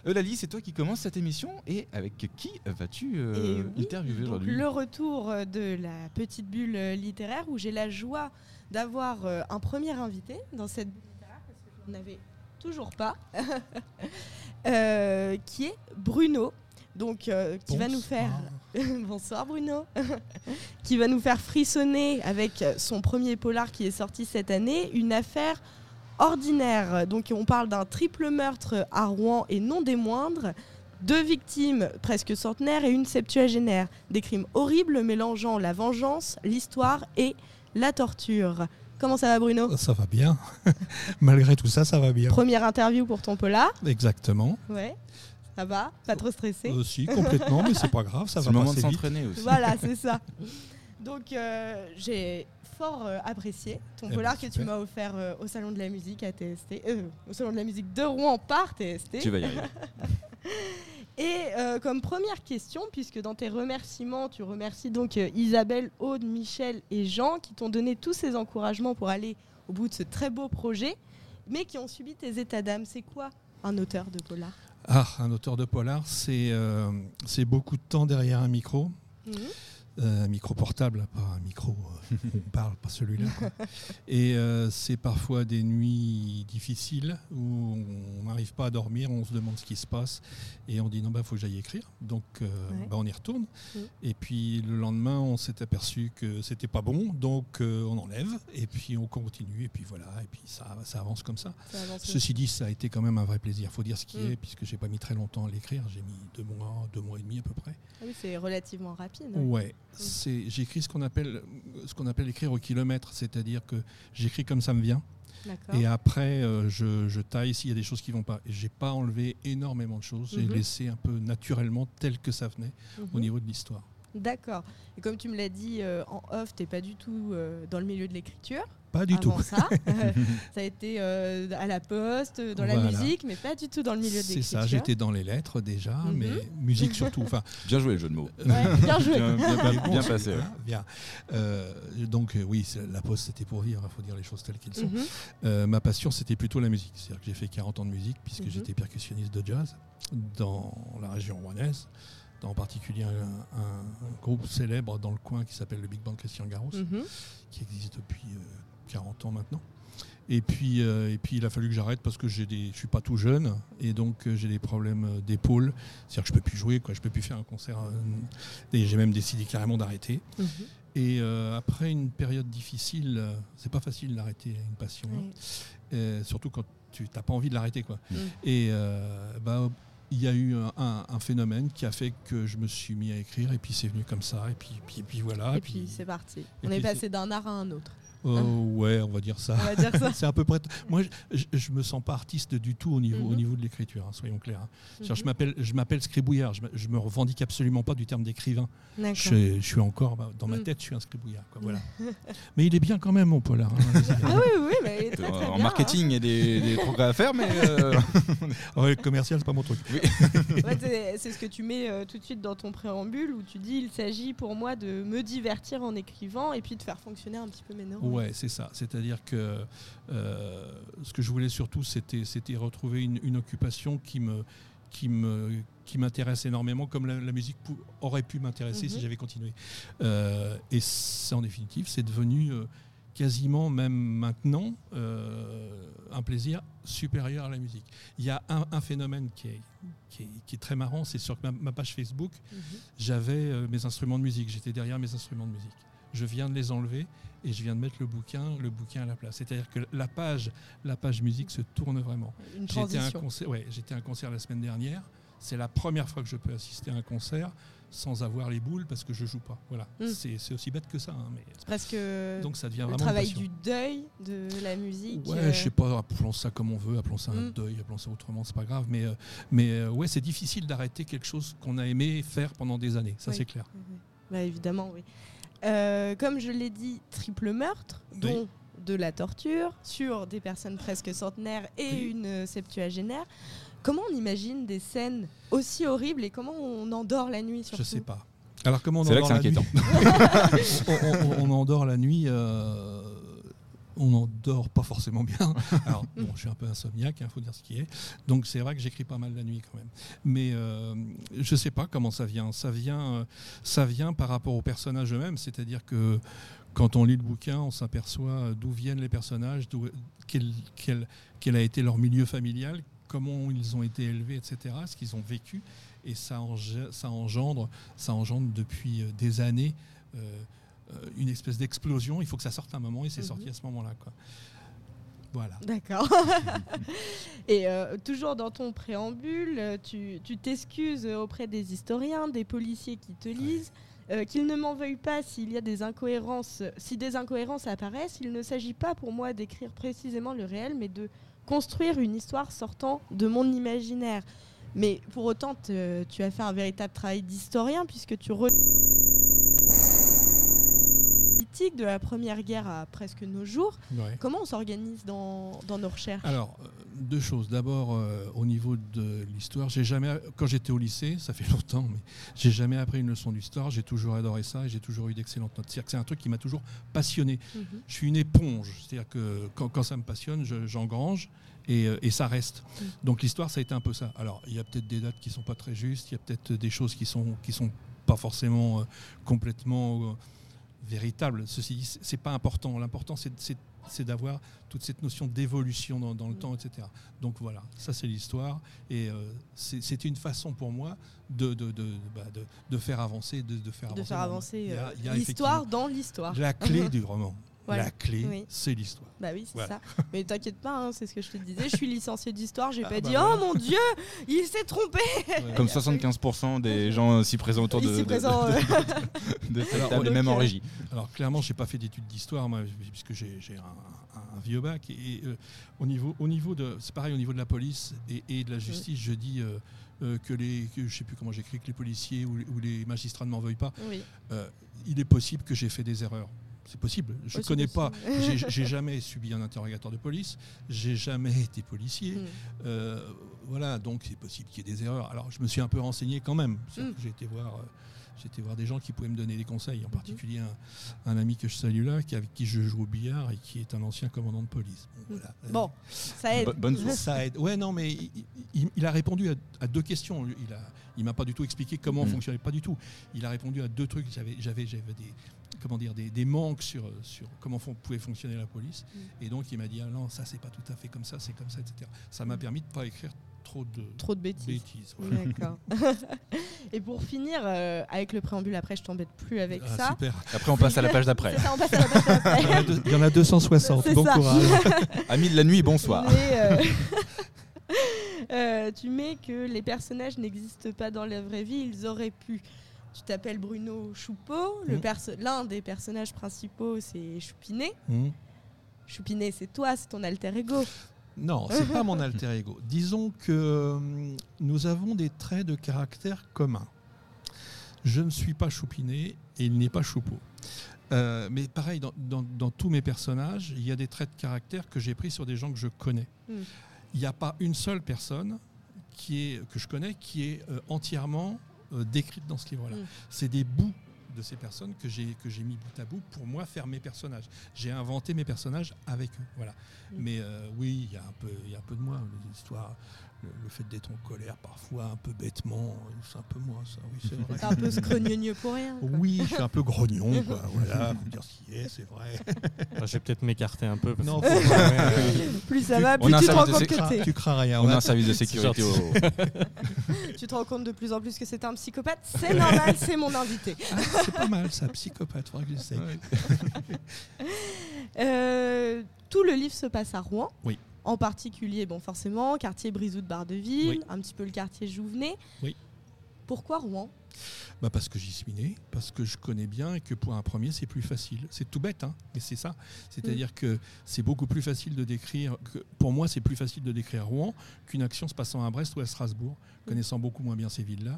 Eulalie, c'est toi qui commence cette émission et avec qui vas-tu interviewer aujourd'hui ? Le retour de la petite bulle littéraire où j'ai la joie d'avoir un premier invité dans cette bulle littéraire parce que je n'en avais toujours pas, qui est Bruno. Donc, qui va nous faire bonsoir Bruno, qui va nous faire frissonner avec son premier polar qui est sorti cette année, une affaire ordinaire. Donc, on parle d'un triple meurtre à Rouen et non des moindres, 2 victimes presque centenaires et une septuagénaire. Des crimes horribles mélangeant la vengeance, l'histoire et la torture. Comment ça va Bruno ? Ça va bien. Malgré tout ça, ça va bien. Première interview pour ton polar ? Exactement. Ouais. Ça va ? Pas trop stressé ? Si, complètement, mais c'est pas grave, ça va passer vite. C'est le moment de s'entraîner aussi. Voilà, c'est ça. Donc, j'ai fort apprécié ton polar que tu m'as offert au Salon de la Musique à TST, au Salon de la Musique de Rouen par TST. Tu vas y arriver. Et comme première question, puisque dans tes remerciements, tu remercies donc Isabelle, Aude, Michel et Jean qui t'ont donné tous ces encouragements pour aller au bout de ce très beau projet, mais qui ont subi tes états d'âme. C'est quoi un auteur de polar ? Un auteur de polar, c'est beaucoup de temps derrière un micro. Un micro portable, pas un micro où on parle, pas celui-là. Quoi. Et c'est parfois des nuits difficiles où on n'arrive pas à dormir, on se demande ce qui se passe et on dit non, faut que j'aille écrire. Donc on y retourne. Et puis le lendemain, on s'est aperçu que c'était pas bon, donc on enlève et puis on continue et puis voilà. Et puis ça avance comme ça. Ceci dit, ça a été quand même un vrai plaisir. Faut dire ce qui est, puisque j'ai pas mis très longtemps à l'écrire. J'ai mis 2 mois et demi à peu près. Ah oui, c'est relativement rapide. Ouais. J'écris ce qu'on appelle écrire au kilomètre, c'est-à-dire que j'écris comme ça me vient. D'accord. Et après je taille s'il y a des choses qui vont pas. J'ai pas enlevé énormément de choses, j'ai laissé un peu naturellement tel que ça venait au niveau de l'histoire. D'accord. Et comme tu me l'as dit en off, t'es pas du tout dans le milieu de l'écriture. Pas du tout. Ça a été à la poste, dans la musique, mais pas du tout dans le milieu de l'écriture. C'est ça, j'étais dans les lettres déjà, mais musique surtout. Enfin, bien joué le jeu de mots. Ouais, bien joué. bien passé. Ouais. Bien. Donc oui, la poste c'était pour vivre, il faut dire les choses telles qu'elles sont. Ma passion c'était plutôt la musique. C'est-à-dire que j'ai fait 40 ans de musique puisque j'étais percussionniste de jazz dans la région rouennaise. En particulier un groupe célèbre dans le coin qui s'appelle le Big Band Christian Garros, qui existe depuis 40 ans maintenant. Et puis il a fallu que j'arrête parce que je suis pas tout jeune et donc j'ai des problèmes d'épaule. C'est-à-dire que je peux plus jouer, je peux plus faire un concert. Et j'ai même décidé carrément d'arrêter. Et après une période difficile, c'est pas facile d'arrêter une passion, surtout quand tu n'as pas envie de l'arrêter, quoi. Et il y a eu un phénomène qui a fait que je me suis mis à écrire et puis c'est venu comme ça et puis voilà. Et puis c'est parti. On est passé d'un art à un autre. Ouais, on va dire ça. C'est à peu près. Moi, je me sens pas artiste du tout au niveau de l'écriture, soyons clairs. Je m'appelle scribouillard. Je me revendique absolument pas du terme d'écrivain. Je suis encore dans ma tête, je suis un scribouillard. Voilà. Mais il est bien quand même, mon polar. Oui, mais il est très, très en bien, marketing, il y a des progrès à faire, mais le commercial, c'est pas mon truc. Oui. C'est ce que tu mets tout de suite dans ton préambule où tu dis il s'agit pour moi de me divertir en écrivant et puis de faire fonctionner un petit peu mes neurones. Ouais, c'est ça. C'est-à-dire que ce que je voulais surtout, c'était retrouver une occupation qui m'intéresse énormément, comme la musique aurait pu m'intéresser si j'avais continué. Et en définitive, c'est devenu quasiment, même maintenant, un plaisir supérieur à la musique. Il y a un phénomène qui est très marrant, c'est sur ma page Facebook, j'avais mes instruments de musique, j'étais derrière mes instruments de musique. Je viens de les enlever et je viens de mettre le bouquin à la place. C'est-à-dire que la page musique se tourne vraiment. Une transition. J'étais à un concert la semaine dernière. C'est la première fois que je peux assister à un concert sans avoir les boules parce que je joue pas. Voilà. C'est aussi bête que ça. Mais c'est presque donc ça devient le vraiment travail du deuil de la musique. Ouais, je sais pas, appelons ça comme on veut, appelons ça un deuil, appelons ça autrement, c'est pas grave. Mais ouais, c'est difficile d'arrêter quelque chose qu'on a aimé faire pendant des années. Ça, c'est clair. Bah, évidemment, oui. Comme je l'ai dit, triple meurtre, dont de la torture sur des personnes presque centenaires et une septuagénaire. Comment on imagine des scènes aussi horribles et comment on endort la nuit surtout ? Je sais pas. Alors comment on c'est endort là que c'est inquiétant. on endort la nuit on n'en dort pas forcément bien. Alors, bon, je suis un peu insomniaque, faut dire ce qui est. Donc, c'est vrai que j'écris pas mal la nuit quand même. Mais je ne sais pas comment ça vient. Ça vient par rapport aux personnages eux-mêmes. C'est-à-dire que quand on lit le bouquin, on s'aperçoit d'où viennent les personnages, quel a été leur milieu familial, comment ils ont été élevés, etc., ce qu'ils ont vécu. Et ça engendre depuis des années une espèce d'explosion. Il faut que ça sorte à un moment et c'est sorti à ce moment-là, quoi. Voilà. D'accord. Et toujours dans ton préambule, tu t'excuses auprès des historiens, des policiers qui te lisent, qu'ils ne m'en veuillent pas s'il y a des incohérences. Si des incohérences apparaissent, il ne s'agit pas pour moi d'écrire précisément le réel, mais de construire une histoire sortant de mon imaginaire. Mais pour autant, tu as fait un véritable travail d'historien puisque tu de la Première Guerre à presque nos jours. Ouais. Comment on s'organise dans nos recherches ? Alors, deux choses. D'abord, au niveau de l'histoire, quand j'étais au lycée, ça fait longtemps, mais j'ai jamais appris une leçon d'histoire. J'ai toujours adoré ça et j'ai toujours eu d'excellentes notes. C'est-à-dire que c'est un truc qui m'a toujours passionné. Je suis une éponge. C'est-à-dire que quand ça me passionne, j'engrange. Et ça reste. Donc l'histoire, ça a été un peu ça. Alors, il y a peut-être des dates qui sont pas très justes, il y a peut-être des choses qui sont pas forcément complètement véritables. Ceci dit, c'est pas important. L'important, c'est d'avoir toute cette notion d'évolution dans le temps, etc. Donc voilà, ça c'est l'histoire. Et c'était une façon pour moi de faire avancer, de faire avancer l'histoire dans l'histoire. La clé du roman. Voilà. La clé, c'est l'histoire. Bah oui, c'est ça. Mais t'inquiète pas, c'est ce que je te disais. Je suis licenciée d'histoire. J'ai pas dit oh mon Dieu, il s'est trompé. Comme 75% des gens ici présents autour de cette table, même en régie. Alors clairement, j'ai pas fait d'études d'histoire, moi, puisque j'ai un vieux bac. Et au niveau de, c'est pareil, au niveau de la police et de la justice, je dis que je sais plus comment j'écris, que les policiers ou les magistrats ne m'en veuillent pas. Oui. Il est possible que j'ai fait des erreurs. C'est possible. Je ne connais pas. J'ai jamais subi un interrogatoire de police. J'ai jamais été policier. Voilà, donc c'est possible qu'il y ait des erreurs. Alors je me suis un peu renseigné quand même. J'ai été voir des gens qui pouvaient me donner des conseils. En particulier un ami que je salue là, avec qui je joue au billard et qui est un ancien commandant de police. Bon, ça aide. Bonne source. Ça aide. Ouais, non, mais il a répondu à deux questions. Il m'a pas du tout expliqué comment on fonctionnait, pas du tout. Il a répondu à deux trucs. J'avais des manques sur comment pouvait fonctionner la police. Et donc, il m'a dit, ah non, ça, c'est pas tout à fait comme ça, c'est comme ça, etc. Ça m'a permis de ne pas écrire trop de bêtises. Ouais. D'accord. Et pour finir, avec le préambule, après, je t'embête plus avec ça. Super. Après, on passe à la page d'après. C'est ça, on passe à la page d'après. Il y en a 260. Bon courage. Amis de la nuit, bonsoir. Tu mets que les personnages n'existent pas dans la vraie vie, ils auraient pu. Tu t'appelles Bruno Choupeau, l'un des personnages principaux c'est Choupinet. Choupinet c'est toi, c'est ton alter ego. Non, c'est pas mon alter ego. Disons que nous avons des traits de caractère communs. Je ne suis pas Choupinet et il n'est pas Choupeau. Mais pareil, dans tous mes personnages, il y a des traits de caractère que j'ai pris sur des gens que je connais. Il n'y a pas une seule personne que je connais qui est entièrement décrite dans ce livre-là. C'est des bouts de ces personnes que j'ai mis bout à bout pour moi faire mes personnages. J'ai inventé mes personnages avec eux. Voilà. Mais oui, il y a un peu de moi, l'histoire. Le fait d'être en colère parfois un peu bêtement, c'est un peu moi ça, oui c'est vrai. T'es un peu scrogneux pour rien. Quoi. Oui, je suis un peu grognon, quoi. Voilà, faut dire ce qui est, c'est vrai. Je vais peut-être m'écarter un peu. Non, plus ça va, plus tu te rends compte que tu crains rien. On a un service de sécurité Tu te rends compte de plus en plus que c'est un psychopathe. C'est normal, c'est mon invité. C'est pas mal ça, psychopathe, faudrait que j'essaye. Tout le livre se passe à Rouen. Oui. En particulier, quartier quartier Brizou de Bar-de-Ville, un petit peu le quartier Jouvenet. Oui. Pourquoi Rouen ? Parce que j'y suis né, parce que je connais bien et que pour un premier, c'est plus facile. C'est tout bête, mais c'est ça. C'est-à-dire que c'est beaucoup plus facile de décrire... Pour moi, c'est plus facile de décrire Rouen qu'une action se passant à Brest ou à Strasbourg. Connaissant beaucoup moins bien ces villes-là,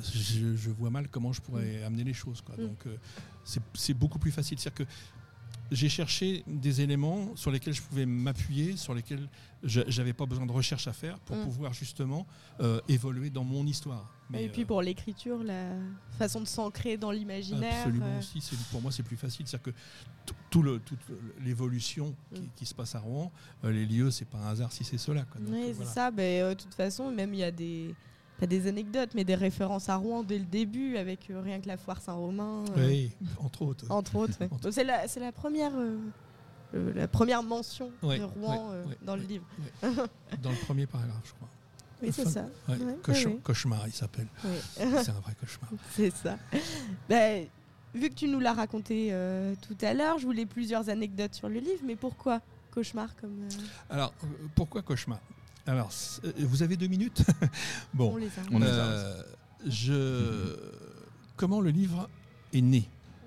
je vois mal comment je pourrais amener les choses. Quoi. Donc, c'est beaucoup plus facile. C'est-à-dire que j'ai cherché des éléments sur lesquels je pouvais m'appuyer, sur lesquels j'avais pas besoin de recherche à faire pour pouvoir justement évoluer dans mon histoire. Et puis pour l'écriture, la façon de s'ancrer dans l'imaginaire. Absolument aussi, pour moi c'est plus facile. C'est-à-dire que toute l'évolution qui se passe à Rouen, les lieux, c'est pas un hasard si c'est cela. Quoi. Donc, oui, c'est ça. De toute façon, même il y a pas des anecdotes, mais des références à Rouen dès le début, avec rien que la foire Saint-Romain. Oui, entre autres. Entre autres. Ouais. Donc c'est la première mention de Rouen dans le livre. Dans le premier paragraphe, je crois. Oui, c'est ça. Ouais. Cauchemar, il s'appelle. Oui. C'est un vrai cauchemar. C'est ça. Vu que tu nous l'as raconté tout à l'heure, je voulais plusieurs anecdotes sur le livre, mais pourquoi cauchemar comme Alors, pourquoi cauchemar? Alors, vous avez 2 minutes? Bon, on les a. Comment le livre est né?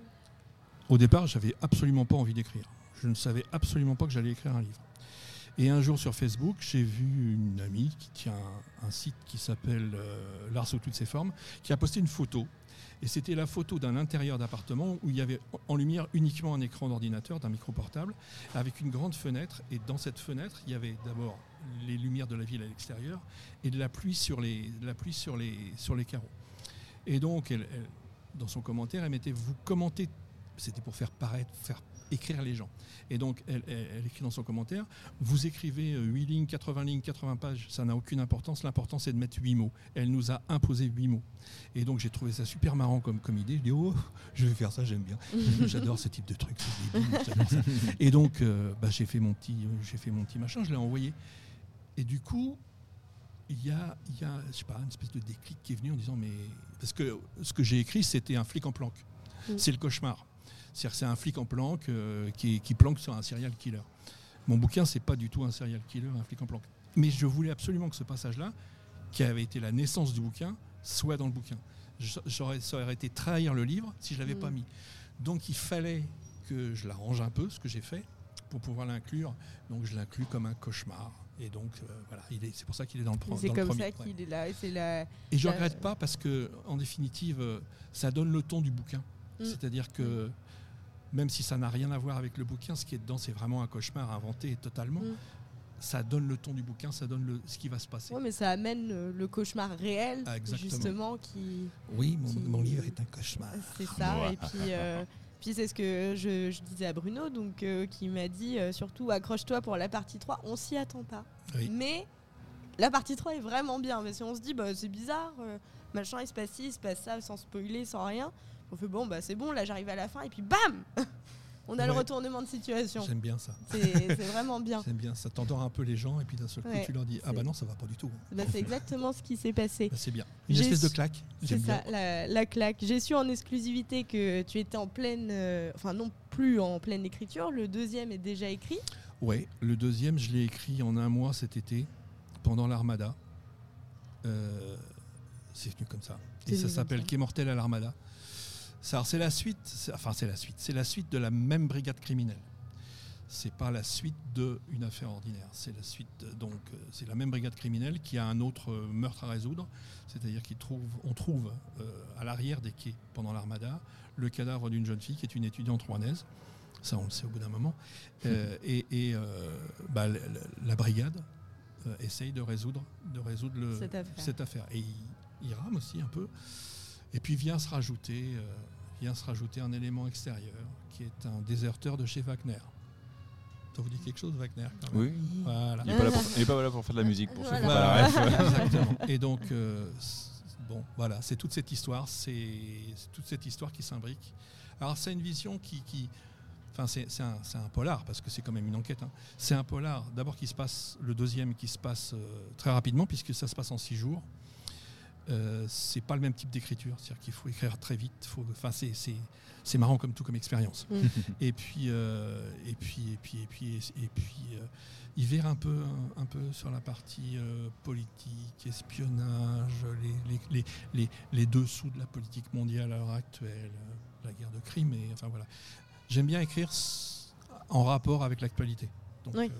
Au départ, j'avais absolument pas envie d'écrire. Je ne savais absolument pas que j'allais écrire un livre. Et un jour sur Facebook, j'ai vu une amie qui tient un site qui s'appelle L'Art sous toutes ses formes, qui a posté une photo. Et c'était la photo d'un intérieur d'appartement où il y avait en lumière uniquement un écran d'ordinateur, d'un micro portable, avec une grande fenêtre. Et dans cette fenêtre, il y avait d'abord les lumières de la ville à l'extérieur et de la pluie sur les carreaux. Et donc, elle, dans son commentaire, elle mettait « Vous commentez », c'était pour faire écrire les gens. Et donc, elle écrit dans son commentaire, vous écrivez 8 lignes, 80 lignes, 80 pages, ça n'a aucune importance. L'important, c'est de mettre 8 mots. Elle nous a imposé 8 mots. Et donc, j'ai trouvé ça super marrant comme idée. Je dis, je vais faire ça, j'aime bien. J'adore ce type de truc. J'adore ça. Et donc, j'ai fait mon petit machin, je l'ai envoyé. Et du coup, il y a, je sais pas, une espèce de déclic qui est venu en disant, mais... Parce que ce que j'ai écrit, c'était un flic en planque. C'est le cauchemar. C'est-à-dire que c'est un flic en planque qui planque sur un serial killer. Mon bouquin, c'est pas du tout un serial killer, un flic en planque. Mais je voulais absolument que ce passage-là, qui avait été la naissance du bouquin, soit dans le bouquin. Ça aurait été trahir le livre si je l'avais pas mis. Donc il fallait que je l'arrange un peu, ce que j'ai fait, pour pouvoir l'inclure. Donc je l'inclus comme un cauchemar. Et donc voilà, c'est pour ça qu'il est dans le premier. C'est comme ça qu'il est là. Et je ne regrette pas parce que, en définitive, ça donne le ton du bouquin. C'est-à-dire que même si ça n'a rien à voir avec le bouquin, ce qui est dedans, c'est vraiment un cauchemar inventé totalement. Ça donne le ton du bouquin, ça donne ce qui va se passer. Oui, mais ça amène le cauchemar réel, justement. Oui, mon livre est un cauchemar. C'est ça, ouais. Et puis c'est ce que je disais à Bruno, donc, qui m'a dit, surtout, accroche-toi pour la partie 3, on s'y attend pas. Oui. Mais la partie 3 est vraiment bien, mais si on se dit, c'est bizarre, machin, il se passe ci, il se passe ça, sans spoiler, sans rien, on fait c'est bon, là j'arrive à la fin, et puis bam, on a le retournement de situation. J'aime bien ça. C'est vraiment bien. J'aime bien ça. T'endors un peu les gens et puis d'un seul coup tu leur dis non, ça va pas du tout. C'est exactement ce qui s'est passé. C'est bien. Une espèce de claque. C'est ça, la claque. J'ai su en exclusivité que tu étais en pleine, non plus en pleine écriture. Le deuxième est déjà écrit. Ouais, le deuxième je l'ai écrit en 1 mois cet été pendant l'Armada. C'est venu comme ça. Et ça s'appelle Quai mortel à l'Armada. C'est la suite de la même brigade criminelle. C'est pas la suite d'une affaire ordinaire. C'est la suite, c'est la même brigade criminelle qui a un autre meurtre à résoudre. C'est-à-dire qu'on trouve à l'arrière des quais pendant l'Armada le cadavre d'une jeune fille qui est une étudiante rouennaise. Ça, on le sait au bout d'un moment. La brigade essaye de résoudre cette affaire. Et il rame aussi un peu. Et puis vient se rajouter un élément extérieur qui est un déserteur de chez Wagner. Ça vous dit quelque chose, Wagner, quand même? Oui. Voilà. Il n'est pas là pour faire de la musique, pour ceux qui n'ont voilà. pas la ref. Exactement. Et donc, voilà, c'est toute cette histoire qui s'imbrique. Alors, c'est une vision c'est un polar, parce que c'est quand même une enquête. Hein. C'est un polar, d'abord le deuxième qui se passe très rapidement, puisque ça se passe en 6 jours. C'est pas le même type d'écriture, c'est-à-dire qu'il faut écrire très vite. C'est marrant comme tout, comme expérience. Et puis, il verra un peu sur la partie politique, espionnage, les dessous de la politique mondiale à l'heure actuelle, la guerre de Crimée. Enfin voilà. J'aime bien écrire en rapport avec l'actualité. Donc voilà.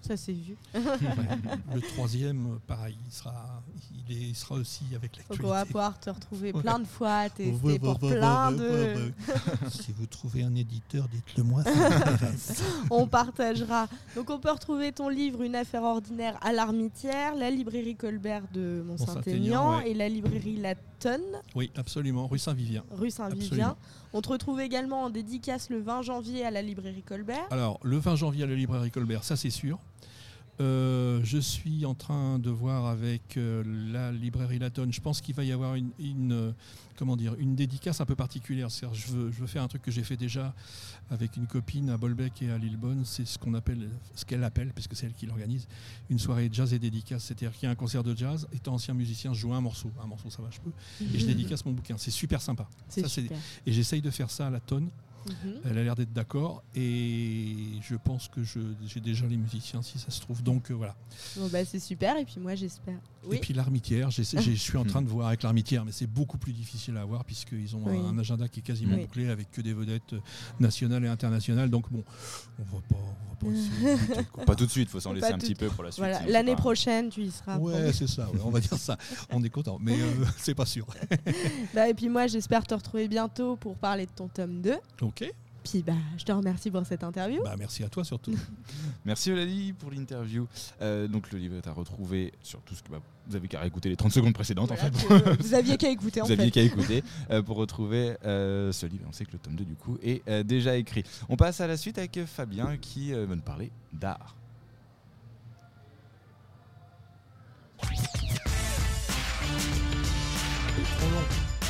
Ça s'est vu. Le 3e, pareil, il sera aussi avec l'actualité. Donc on va pouvoir te retrouver plein de fois, tester pour plein de... Si vous trouvez un éditeur, dites-le moi. On partagera. Donc on peut retrouver ton livre Une affaire ordinaire à l'Armitière, la librairie Colbert de Mont-Saint-Aignan ouais. Et la librairie La Tonne. Oui, absolument, rue Saint-Vivien. Rue Saint-Vivien. On te retrouve également en dédicace le 20 janvier à la librairie Colbert. Alors, le 20 janvier à la librairie Colbert, ça c'est sûr. Je suis en train de voir avec la librairie La Tonne. Je pense qu'il va y avoir une dédicace un peu particulière. C'est-à-dire, je veux faire un truc que j'ai fait déjà avec une copine à Bolbec et à Lillebonne. C'est ce qu'elle appelle, puisque c'est elle qui l'organise, une soirée jazz et dédicace. C'est-à-dire qu'il y a un concert de jazz. Étant ancien musicien, je joue un morceau, ça va, je peux. Et je dédicace mon bouquin. C'est super sympa. C'est super. Et j'essaye de faire ça à La Tonne. Elle a l'air d'être d'accord et je pense que j'ai déjà les musiciens si ça se trouve, donc voilà. Bon bah c'est super, et puis moi j'espère. Oui. Et puis l'Armitière, je suis en train de voir avec l'Armitière, mais c'est beaucoup plus difficile à voir puisqu'ils ont un agenda qui est quasiment bouclé avec que des vedettes nationales et internationales, donc bon, on va pas essayer. Pas tout de suite, il faut s'en laisser un petit peu pour la suite. Voilà, l'année prochaine tu y seras. Ouais, c'est ça, on va dire ça, on est content, mais c'est pas sûr. Et puis moi j'espère te retrouver bientôt pour parler de ton tome 2. Ok. Puis je te remercie pour cette interview. Merci à toi surtout. Merci Eulalie pour l'interview. Donc le livre est à retrouver sur tout ce que vous avez qu'à réécouter les 30 secondes précédentes en fait. Vous aviez qu'à écouter Vous aviez qu'à écouter pour retrouver ce livre. On sait que le tome 2 du coup est déjà écrit. On passe à la suite avec Fabien qui va nous parler d'art. C'est trop long.